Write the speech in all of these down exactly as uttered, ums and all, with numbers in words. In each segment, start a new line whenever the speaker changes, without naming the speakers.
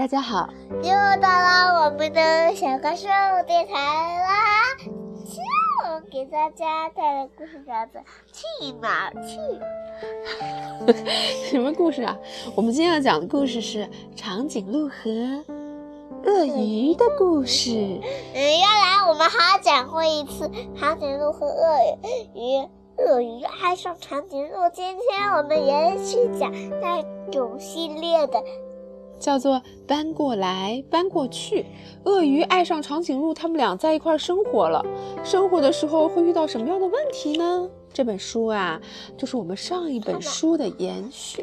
家好，
又到了我们的小怪兽电台啦！今天我给大家带来的故事叫做《去哪儿去》。
什么故事啊？我们今天要讲的故事是长颈鹿和鳄鱼的故事。
嗯，原来我们还要讲过一次长颈鹿和鳄鱼，鳄鱼爱上长颈鹿。今天我们延续讲那种系列的。
叫做搬过来搬过去，鳄鱼爱上长颈鹿，他们俩在一块生活了。生活的时候会遇到什么样的问题呢？这本书啊，就是我们上一本书的延续。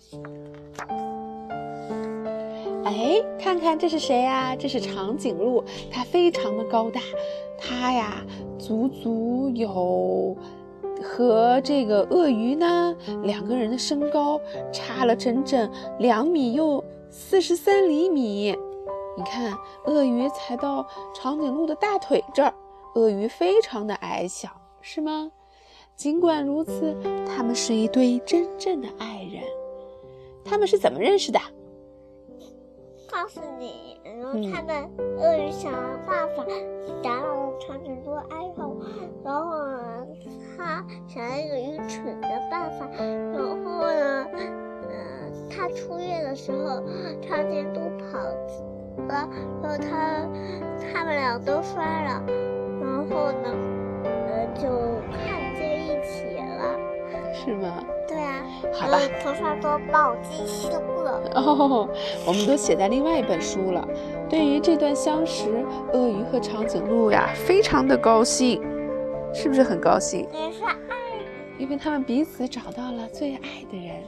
哎，看看这是谁呀？这是长颈鹿，它非常的高大，它呀足足有和这个鳄鱼呢两个人的身高差了整整两米又四十三厘米。你看，鳄鱼才到长颈鹿的大腿这儿，鳄鱼非常的矮小，是吗？尽管如此，他们是一对真正的爱人。他们是怎么认识的？
告诉你，然后他们鳄鱼想办法打扰长颈鹿爱上我，然后呢，他想了一个愚蠢的办法，然后呢，呃，他出院的时候，长颈鹿跑了，然后他他们俩都摔了，然后呢，呃，就看在一起了，
是吗？
对啊，
好吧，
头上都冒金星了。
哦，我们都写在另外一本书了。对于这段相识，鳄鱼和长颈鹿呀，非常的高兴，是不是很高兴？
也是爱，
因为他们彼此找到了最爱的人。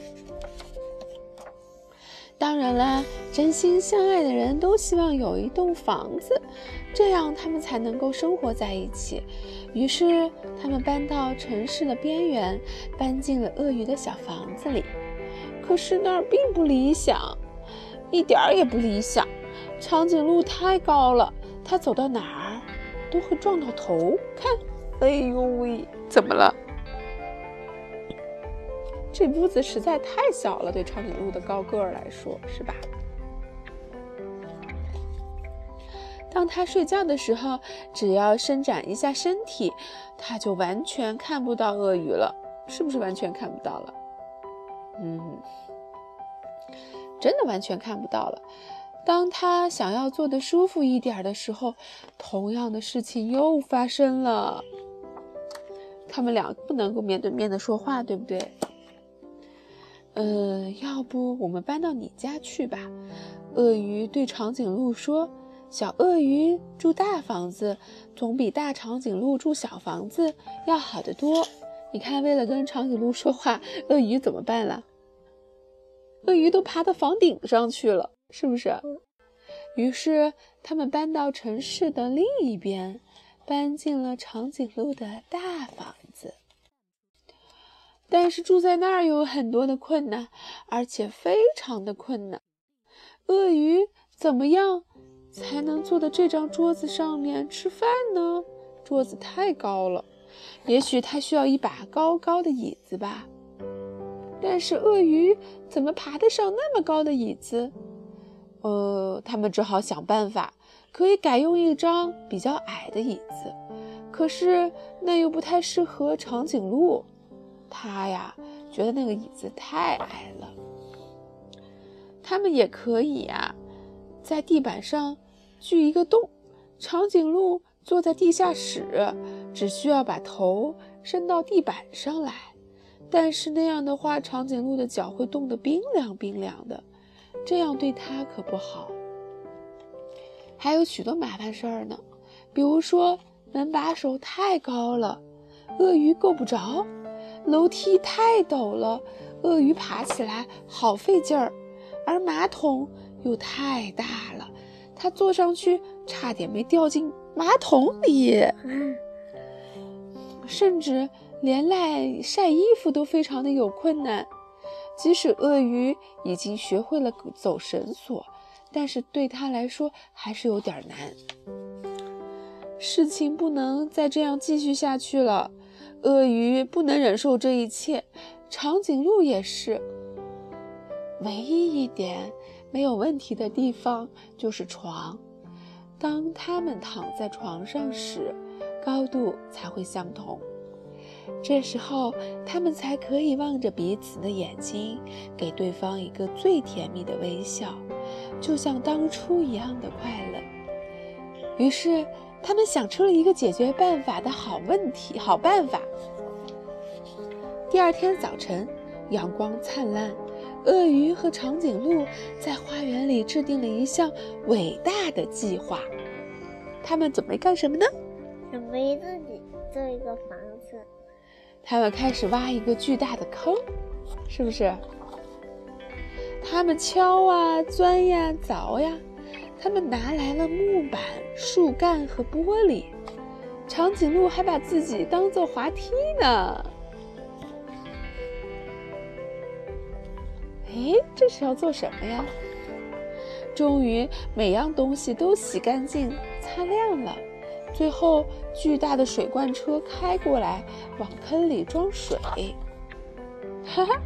当然了，真心相爱的人都希望有一栋房子，这样他们才能够生活在一起。于是他们搬到城市的边缘，搬进了鳄鱼的小房子里。可是那儿并不理想，一点儿也不理想。长颈鹿太高了，它走到哪儿都会撞到头。看，哎呦喂，怎么了？这屋子实在太小了，对长颈鹿的高个儿来说，是吧？当它睡觉的时候，只要伸展一下身体，它就完全看不到鳄鱼了，是不是完全看不到了？嗯，真的完全看不到了。当它想要坐得舒服一点的时候，同样的事情又发生了。他们俩不能够面对面的说话，对不对？呃，要不我们搬到你家去吧？鳄鱼对长颈鹿说，小鳄鱼住大房子总比大长颈鹿住小房子要好得多。你看，为了跟长颈鹿说话，鳄鱼怎么办了？鳄鱼都爬到房顶上去了，是不是？于是他们搬到城市的另一边，搬进了长颈鹿的大房子。但是住在那儿有很多的困难，而且非常的困难。鳄鱼怎么样才能坐在这张桌子上面吃饭呢？桌子太高了，也许它需要一把高高的椅子吧。但是鳄鱼怎么爬得上那么高的椅子？呃，他们只好想办法，可以改用一张比较矮的椅子。可是那又不太适合长颈鹿，他呀觉得那个椅子太矮了。他们也可以呀，在地板上锯一个洞，长颈鹿坐在地下室，只需要把头伸到地板上来。但是那样的话，长颈鹿的脚会冻得冰凉冰凉的，这样对它可不好。还有许多麻烦事儿呢，比如说门把手太高了，鳄鱼够不着；楼梯太陡了，鳄鱼爬起来好费劲儿；而马桶又太大了，它坐上去差点没掉进马桶里。甚至连赖晒衣服都非常的有困难。即使鳄鱼已经学会了走绳索，但是对它来说还是有点难。事情不能再这样继续下去了，鳄鱼不能忍受这一切，长颈鹿也是。唯一一点没有问题的地方就是床。当他们躺在床上时，高度才会相同。这时候，他们才可以望着彼此的眼睛，给对方一个最甜蜜的微笑，就像当初一样的快乐。于是，他们想出了一个解决办法的好问题、好办法。第二天早晨，阳光灿烂，鳄鱼和长颈鹿在花园里制定了一项伟大的计划。他们准备干什么呢？
准备自己做一个房子。
他们开始挖一个巨大的坑，是不是？他们敲啊、钻呀、凿呀，他们拿来了木板、树干和玻璃。长颈鹿还把自己当作滑梯呢。诶，这是要做什么呀？终于，每样东西都洗干净、擦亮了。最后，巨大的水罐车开过来，往坑里装水。哈哈！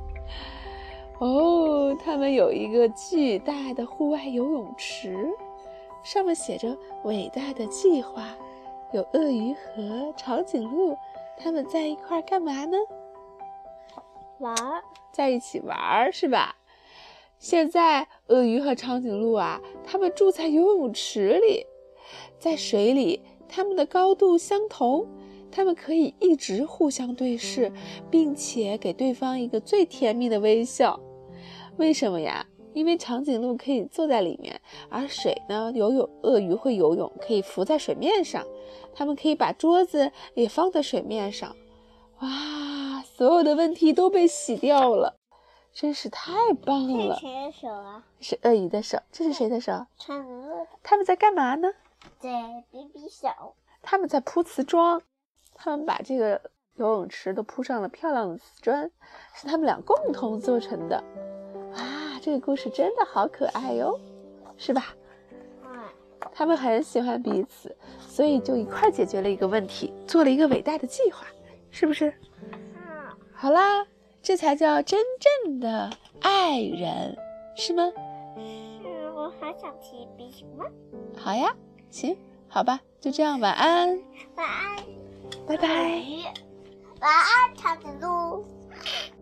哦，他们有一个巨大的户外游泳池，上面写着“伟大的计划”。有鳄鱼和长颈鹿，他们在一块儿干嘛呢？
玩儿，
在一起玩儿，是吧？现在，鳄鱼和长颈鹿啊，他们住在游泳池里。在水里，它们的高度相同，它们可以一直互相对视，并且给对方一个最甜蜜的微笑。为什么呀？因为长颈鹿可以坐在里面，而水呢，游泳，鳄鱼会游泳，可以浮在水面上。它们可以把桌子也放在水面上。哇，所有的问题都被洗掉了，真是太棒了。
这是谁的手啊？
是鳄鱼的手。这是谁的手？
长颈鹿
他们在干嘛呢？
在比比手。
他们在铺瓷砖，他们把这个游泳池都铺上了漂亮的瓷砖，是他们俩共同做成的。哇，这个故事真的好可爱哟，是吧？他们很喜欢彼此，所以就一块解决了一个问题，做了一个伟大的计划，是不是？
嗯。
好啦，这才叫真正的爱人，是吗？
是，我好想提笔什么？
好呀，行，好吧，就这样，晚安。
晚安，
拜拜。
晚安，长颈鹿。